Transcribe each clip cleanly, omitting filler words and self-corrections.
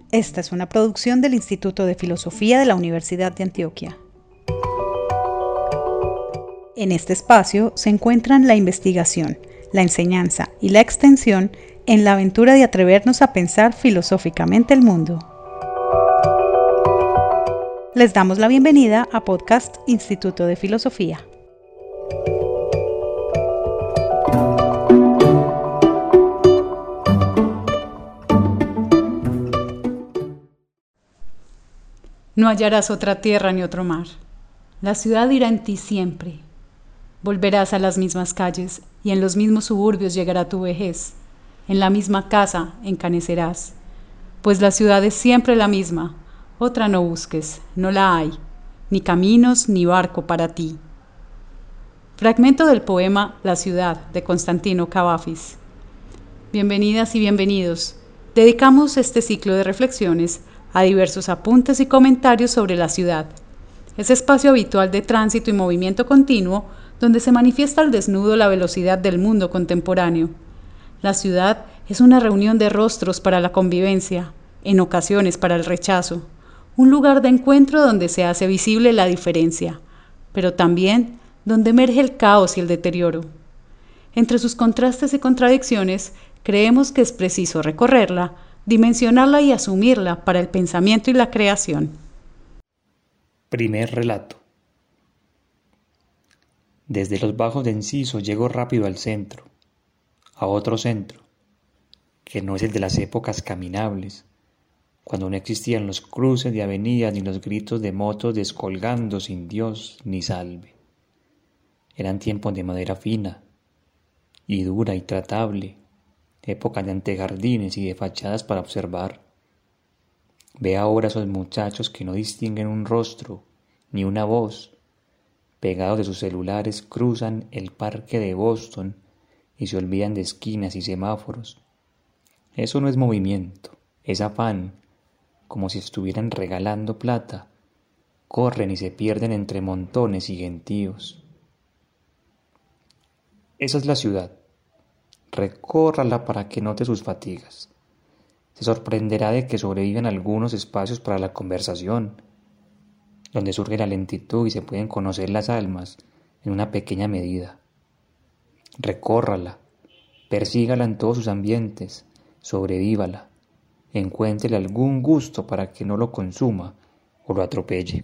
Esta es una producción del Instituto de Filosofía de la Universidad de Antioquia. En este espacio se encuentran la investigación, la enseñanza y la extensión en la aventura de atrevernos a pensar filosóficamente el mundo. Les damos la bienvenida a Podcast Instituto de Filosofía. No hallarás otra tierra ni otro mar. La ciudad irá en ti siempre. Volverás a las mismas calles y en los mismos suburbios llegará tu vejez. En la misma casa encanecerás. Pues la ciudad es siempre la misma. Otra no busques, no la hay. Ni caminos ni barco para ti. Fragmento del poema La ciudad de Constantino Cavafis. Bienvenidas y bienvenidos. Dedicamos este ciclo de reflexiones a diversos apuntes y comentarios sobre la ciudad, ese espacio habitual de tránsito y movimiento continuo donde se manifiesta al desnudo la velocidad del mundo contemporáneo. La ciudad es una reunión de rostros para la convivencia, en ocasiones para el rechazo, un lugar de encuentro donde se hace visible la diferencia, pero también donde emerge el caos y el deterioro. Entre sus contrastes y contradicciones, creemos que es preciso recorrerla, dimensionarla y asumirla para el pensamiento y la creación. Primer relato. Desde los bajos de Enciso llego rápido al centro, a otro centro, que no es el de las épocas caminables, cuando no existían los cruces de avenidas ni los gritos de motos descolgando sin Dios ni salve. Eran tiempos de madera fina y dura y tratable, época de antejardines y de fachadas para observar. Ve ahora a esos muchachos que no distinguen un rostro ni una voz, pegados de sus celulares cruzan el parque de Boston y se olvidan de esquinas y semáforos. Eso no es movimiento, es afán, como si estuvieran regalando plata. Corren y se pierden entre montones y gentíos. Esa es la ciudad. Recórrala para que note sus fatigas. Se sorprenderá de que sobreviven algunos espacios para la conversación, donde surge la lentitud y se pueden conocer las almas en una pequeña medida. Recórrala, persígala en todos sus ambientes, sobrevívala, encuéntrele algún gusto para que no lo consuma o lo atropelle.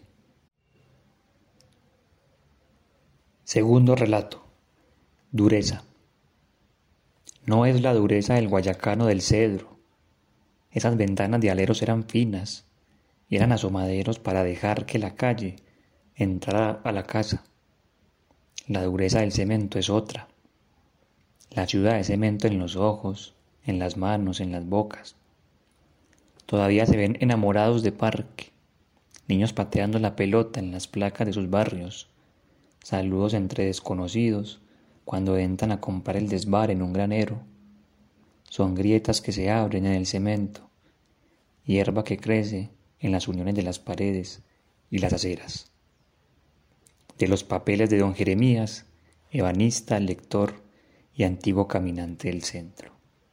Segundo relato. Dureza. No es la dureza del guayacano del cedro. Esas ventanas de aleros eran finas y eran asomaderos para dejar que la calle entrara a la casa. La dureza del cemento es otra. La ciudad es cemento en los ojos, en las manos, en las bocas. Todavía se ven enamorados de parque, niños pateando la pelota en las placas de sus barrios, saludos entre desconocidos cuando entran a comprar el desvare en un granero. Son grietas que se abren en el cemento, hierba que crece en las uniones de las paredes y las aceras. De los papeles de don Jeremías, ebanista, lector y antiguo caminante del centro.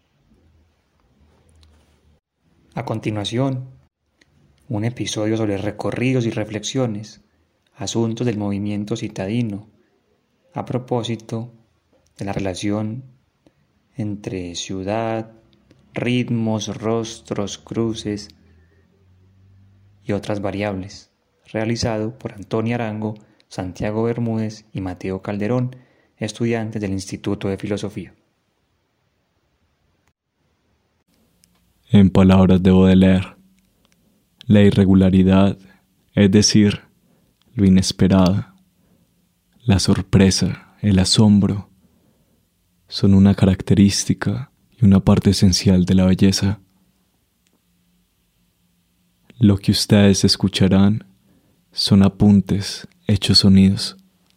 A continuación, un episodio sobre recorridos y reflexiones, asuntos del movimiento citadino, a propósito de la relación entre ciudad, ritmos, rostros, cruces y otras variables, realizado por Antonia Arango, Santiago Bermúdez y Mateo Calderón, estudiantes del Instituto de Filosofía. En palabras de Baudelaire, la irregularidad, es decir, lo inesperado, la sorpresa, el asombro, son una característica y una parte esencial de la belleza. Lo que ustedes escucharán son apuntes hechos sonidos.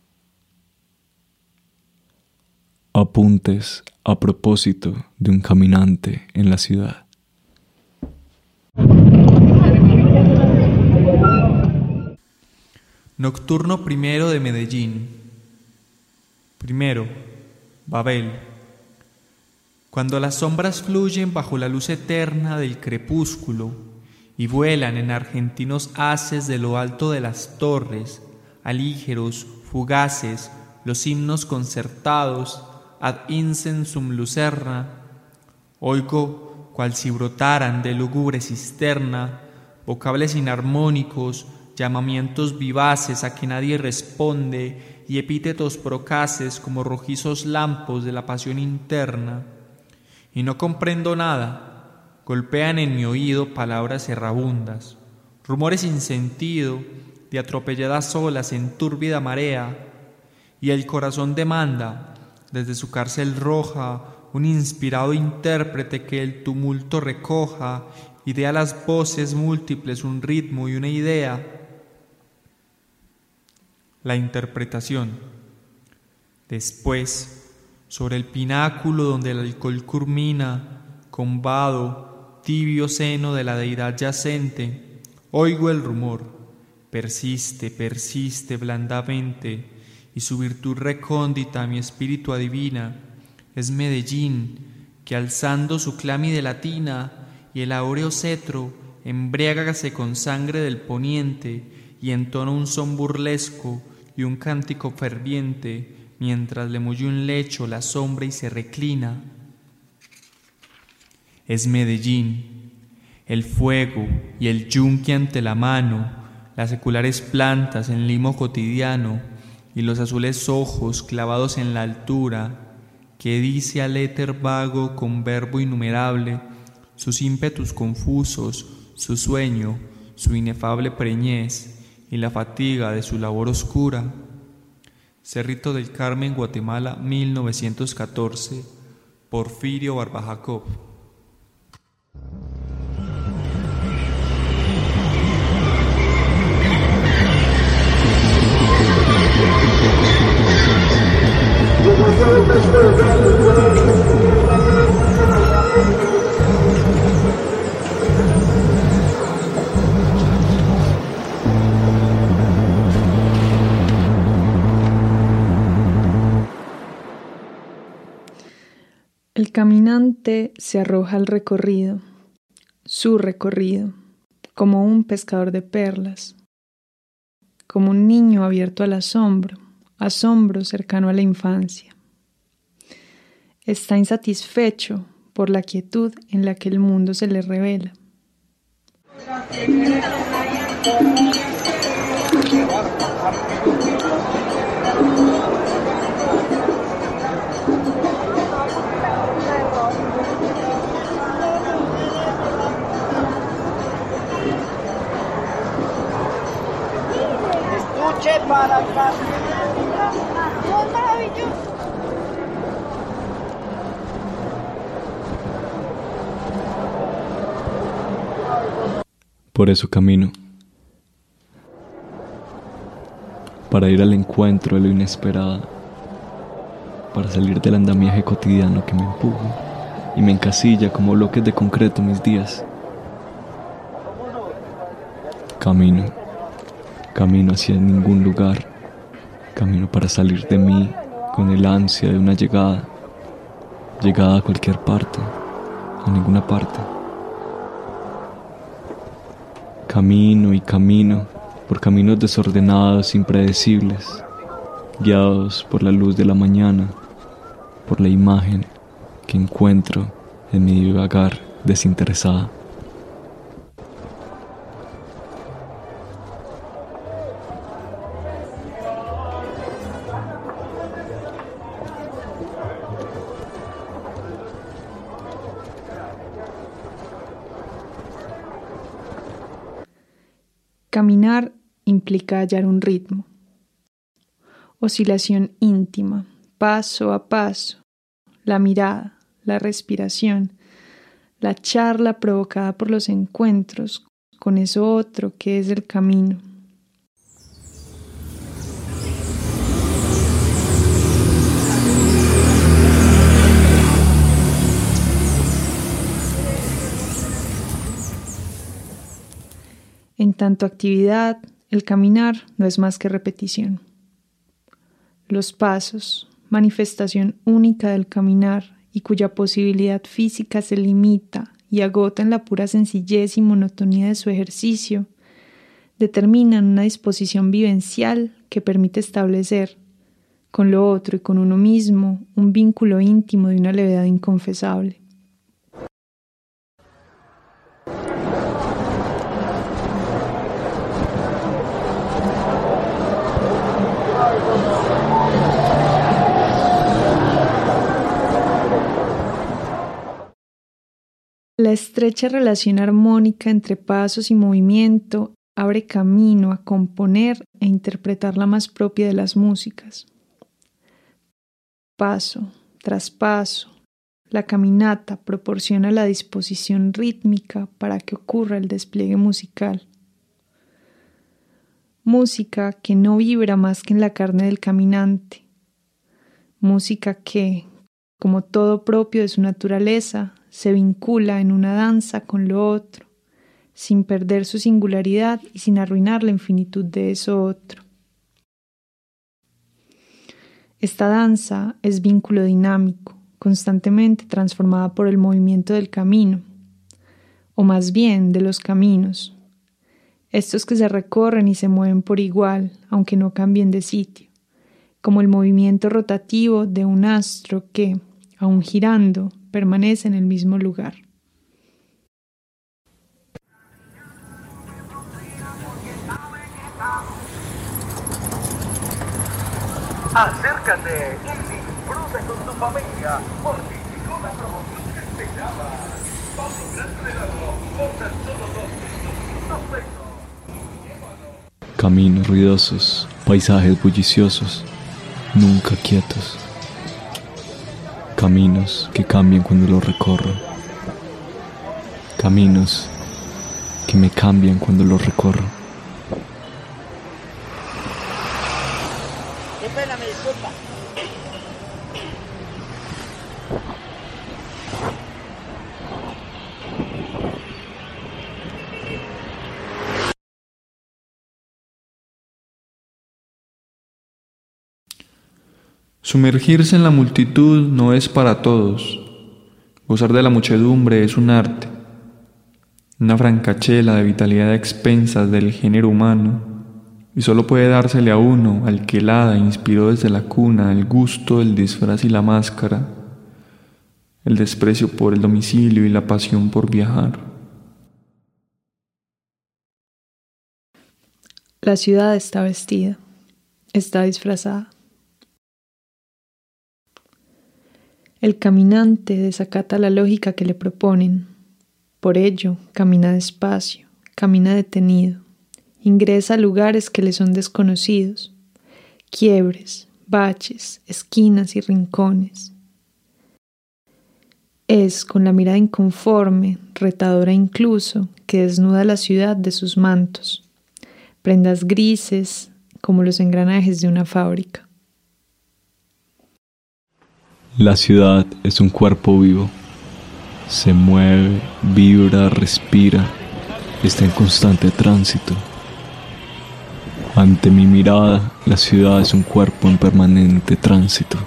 Apuntes a propósito de un caminante en la ciudad. Nocturno primero de Medellín. Primero, Babel. Cuando las sombras fluyen bajo la luz eterna del crepúsculo y vuelan en argentinos haces de lo alto de las torres, alígeros, fugaces, los himnos concertados, ad incensum lucerna. Oigo, cual si brotaran de lúgubre cisterna, vocables inarmónicos, llamamientos vivaces a que nadie responde, y epítetos procaces como rojizos lampos de la pasión interna. Y no comprendo nada, golpean en mi oído palabras errabundas, rumores sin sentido, de atropelladas olas en túrbida marea, y el corazón demanda, desde su cárcel roja, un inspirado intérprete que el tumulto recoja y dé a las voces múltiples un ritmo y una idea. La interpretación. Después, sobre el pináculo donde el alcohol culmina, con vado, tibio seno de la deidad yacente, oigo el rumor, persiste, persiste blandamente, y su virtud recóndita mi espíritu adivina. Es Medellín, que alzando su clámide latina y el áureo cetro, embriágase con sangre del poniente y entona un son burlesco y un cántico ferviente, mientras le mulle un lecho la sombra y se reclina. Es Medellín, el fuego y el yunque ante la mano, las seculares plantas en limo cotidiano y los azules ojos clavados en la altura, que dice al éter vago con verbo innumerable sus ímpetus confusos, su sueño, su inefable preñez y la fatiga de su labor oscura. Cerrito del Carmen, Guatemala, 1914, Porfirio Barba Jacob. El caminante se arroja al recorrido, su recorrido, como un pescador de perlas, como un niño abierto al asombro, asombro cercano a la infancia. Está insatisfecho por la quietud en la que el mundo se le revela. Para acá. ¡Oh, maravilloso! Por eso camino, para ir al encuentro de lo inesperado, para salir del andamiaje cotidiano que me empuja y me encasilla como bloques de concreto mis días. Camino hacia ningún lugar, camino para salir de mí con el ansia de una llegada a cualquier parte, a ninguna parte. Camino y camino por caminos desordenados, impredecibles, guiados por la luz de la mañana, por la imagen que encuentro en mi divagar desinteresada. Caminar implica hallar un ritmo, oscilación íntima, paso a paso, la mirada, la respiración, la charla provocada por los encuentros con eso otro que es el camino. En tanto actividad, el caminar no es más que repetición. Los pasos, manifestación única del caminar y cuya posibilidad física se limita y agota en la pura sencillez y monotonía de su ejercicio, determinan una disposición vivencial que permite establecer, con lo otro y con uno mismo, un vínculo íntimo de una levedad inconfesable. La estrecha relación armónica entre pasos y movimiento abre camino a componer e interpretar la más propia de las músicas. Paso tras paso, la caminata proporciona la disposición rítmica para que ocurra el despliegue musical. Música que no vibra más que en la carne del caminante. Música que, como todo propio de su naturaleza, se vincula en una danza con lo otro, sin perder su singularidad y sin arruinar la infinitud de eso otro. Esta danza es vínculo dinámico, constantemente transformada por el movimiento del camino, o más bien de los caminos, estos que se recorren y se mueven por igual, aunque no cambien de sitio, como el movimiento rotativo de un astro que, aun girando, permanece en el mismo lugar. Acércate y disfruta con tu familia, porque llegó la promoción que esperabas. Paso grande de helado por tan solo 200 pesos. Caminos ruidosos, paisajes bulliciosos, nunca quietos. Caminos que cambian cuando los recorro. Caminos que me cambian cuando los recorro. Qué pena, me disculpa. Sumergirse en la multitud no es para todos. Gozar de la muchedumbre es un arte, una francachela de vitalidad a expensas del género humano, y solo puede dársele a uno al que el hada inspiró desde la cuna el gusto del disfraz y la máscara, el desprecio por el domicilio y la pasión por viajar. La ciudad está vestida, está disfrazada. El caminante desacata la lógica que le proponen. Por ello, camina despacio, camina detenido, ingresa a lugares que le son desconocidos, quiebres, baches, esquinas y rincones. Es con la mirada inconforme, retadora incluso, que desnuda la ciudad de sus mantos, prendas grises como los engranajes de una fábrica. La ciudad es un cuerpo vivo. Se mueve, vibra, respira, está en constante tránsito. Ante mi mirada, la ciudad es un cuerpo en permanente tránsito.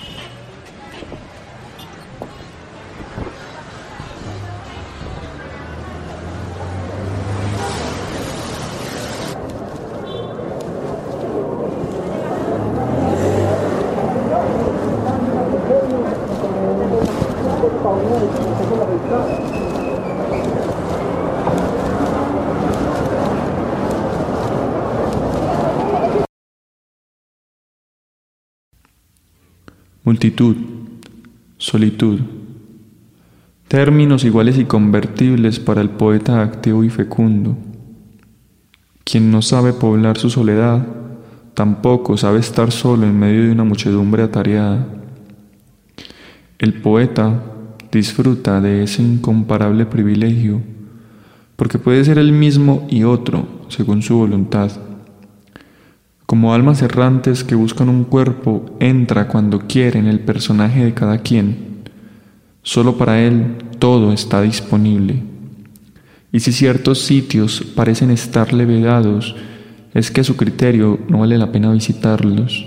Multitud, solitud, términos iguales y convertibles para el poeta activo y fecundo. Quien no sabe poblar su soledad, tampoco sabe estar solo en medio de una muchedumbre atareada. El poeta disfruta de ese incomparable privilegio, porque puede ser el mismo y otro, según su voluntad. Como almas errantes que buscan un cuerpo, entra cuando quiere en el personaje de cada quien. Solo para él todo está disponible. Y si ciertos sitios parecen estarle vedados, es que a su criterio no vale la pena visitarlos.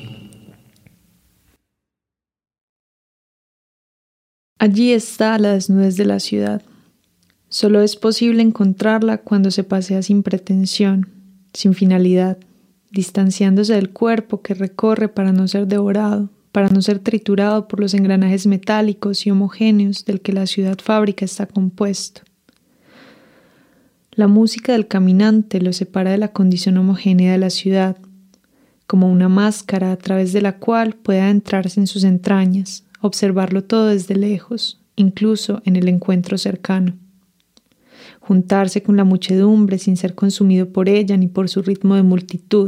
Allí está la desnudez de la ciudad, Solo es posible encontrarla cuando se pasea sin pretensión, sin finalidad, distanciándose del cuerpo que recorre para no ser devorado, para no ser triturado por los engranajes metálicos y homogéneos del que la ciudad fábrica está compuesto. La música del caminante lo separa de la condición homogénea de la ciudad, como una máscara a través de la cual puede adentrarse en sus entrañas, observarlo todo desde lejos, incluso en el encuentro cercano. Juntarse con la muchedumbre sin ser consumido por ella ni por su ritmo de multitud.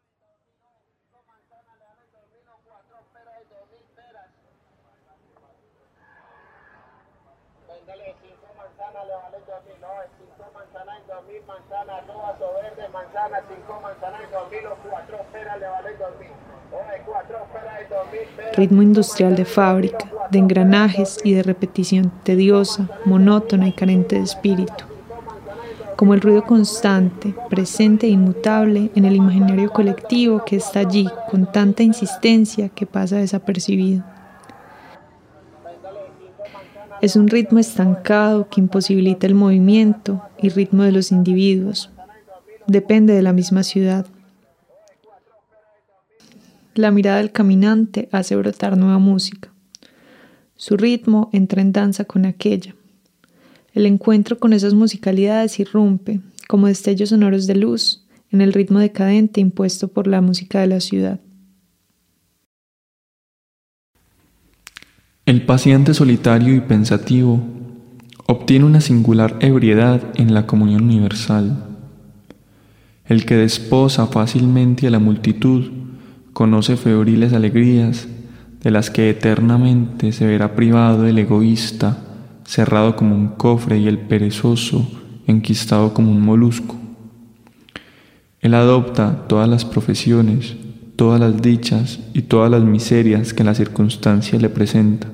Ritmo industrial de fábrica, de engranajes y de repetición tediosa, monótona y carente de espíritu. Como el ruido constante, presente e inmutable en el imaginario colectivo que está allí con tanta insistencia que pasa desapercibido. Es un ritmo estancado que imposibilita el movimiento y ritmo de los individuos. Depende de la misma ciudad. La mirada del caminante hace brotar nueva música. Su ritmo entra en danza con aquella. El encuentro con esas musicalidades irrumpe, como destellos sonoros de luz, en el ritmo decadente impuesto por la música de la ciudad. El paciente solitario y pensativo obtiene una singular ebriedad en la comunión universal. El que desposa fácilmente a la multitud conoce febriles alegrías de las que eternamente se verá privado el egoísta, cerrado como un cofre, y el perezoso enquistado como un molusco. Él adopta todas las profesiones, todas las dichas y todas las miserias que la circunstancia le presenta.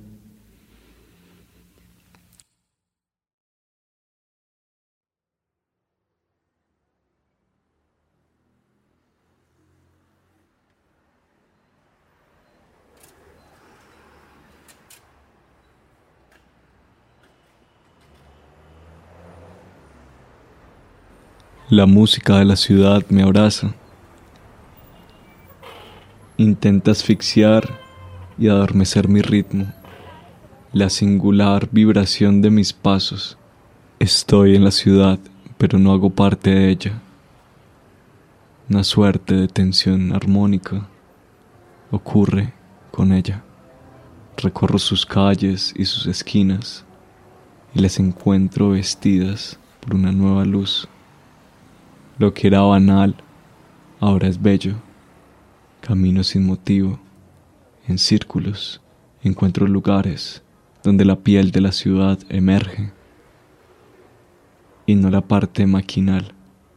La música de la ciudad me abraza. Intenta asfixiar y adormecer mi ritmo, la singular vibración de mis pasos. Estoy en la ciudad, pero no hago parte de ella. Una suerte de tensión armónica ocurre con ella. Recorro sus calles y sus esquinas y las encuentro vestidas por una nueva luz. Lo que era banal, ahora es bello. Camino sin motivo, en círculos, encuentro lugares donde la piel de la ciudad emerge, y no la parte maquinal.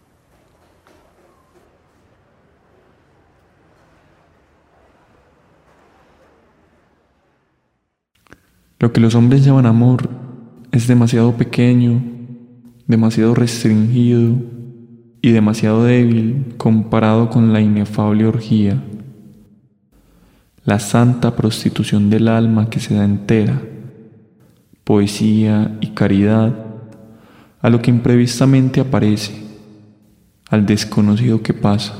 Lo que los hombres llaman amor es demasiado pequeño, demasiado restringido y demasiado débil comparado con la inefable orgía, la santa prostitución del alma que se da entera, poesía y caridad, a lo que imprevistamente aparece, al desconocido que pasa.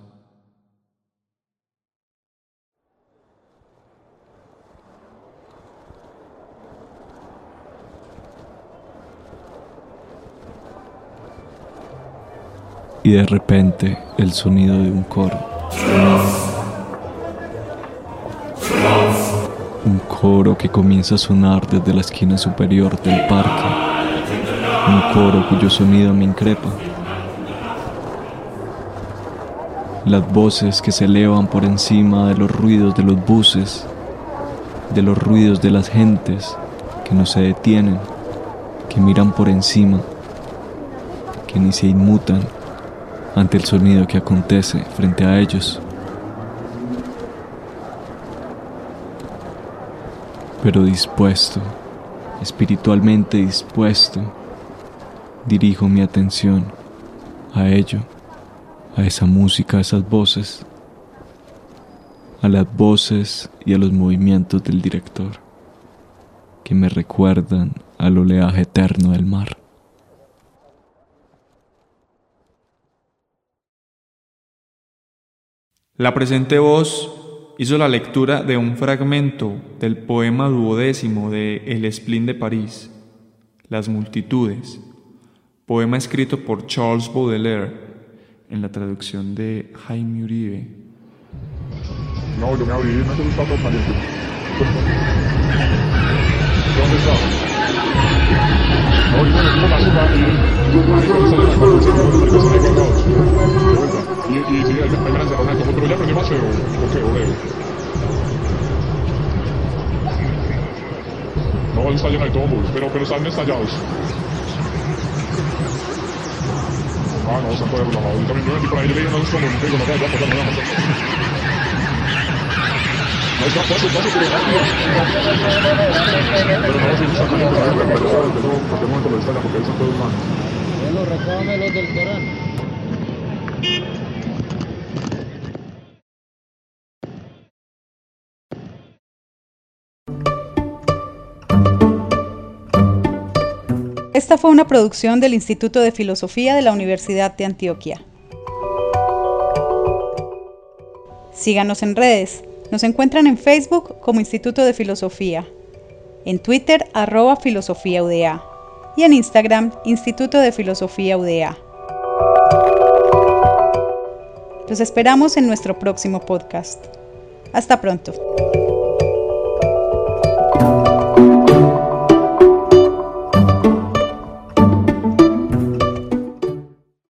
Y de repente el sonido de un coro. Un coro que comienza a sonar desde la esquina superior del parque. Un coro cuyo sonido me increpa. Las voces que se elevan por encima de los ruidos de los buses, de los ruidos de las gentes que no se detienen, que miran por encima, que ni se inmutan ante el sonido que acontece frente a ellos. Pero dispuesto, espiritualmente dispuesto, dirijo mi atención a ello, a esa música, a esas voces, a las voces y a los movimientos del director, que me recuerdan al oleaje eterno del mar. La presente voz hizo la lectura de un fragmento del poema duodécimo de El Spleen de París, Las multitudes, poema escrito por Charles Baudelaire en la traducción de Jaime Uribe. No, yo me abrí, no se gusta todo caliente. ¿Dónde está? No, yo me la suba y si ahí me la encerraron como, pero ya aprendí más feo, ¿o qué? ¿O leo? No, está llena de tomos, pero están estallados. Ah, no, están todos relajados. Yo también me metí por ahí, yo leí unos tomos, no tengo nada, ya, pues ya me voy a matar. No, está fácil, pero rápido. Pero no, si está caliente, pero en cualquier momento lo estallan porque ahí están todos mal. Bueno, recójame los del Corán. Esta fue una producción del Instituto de Filosofía de la Universidad de Antioquia. Síganos en redes. Nos encuentran en Facebook como Instituto de Filosofía, en Twitter @filosofíaUDA y en Instagram Instituto de Filosofía UDA. Los esperamos en nuestro próximo podcast. Hasta pronto.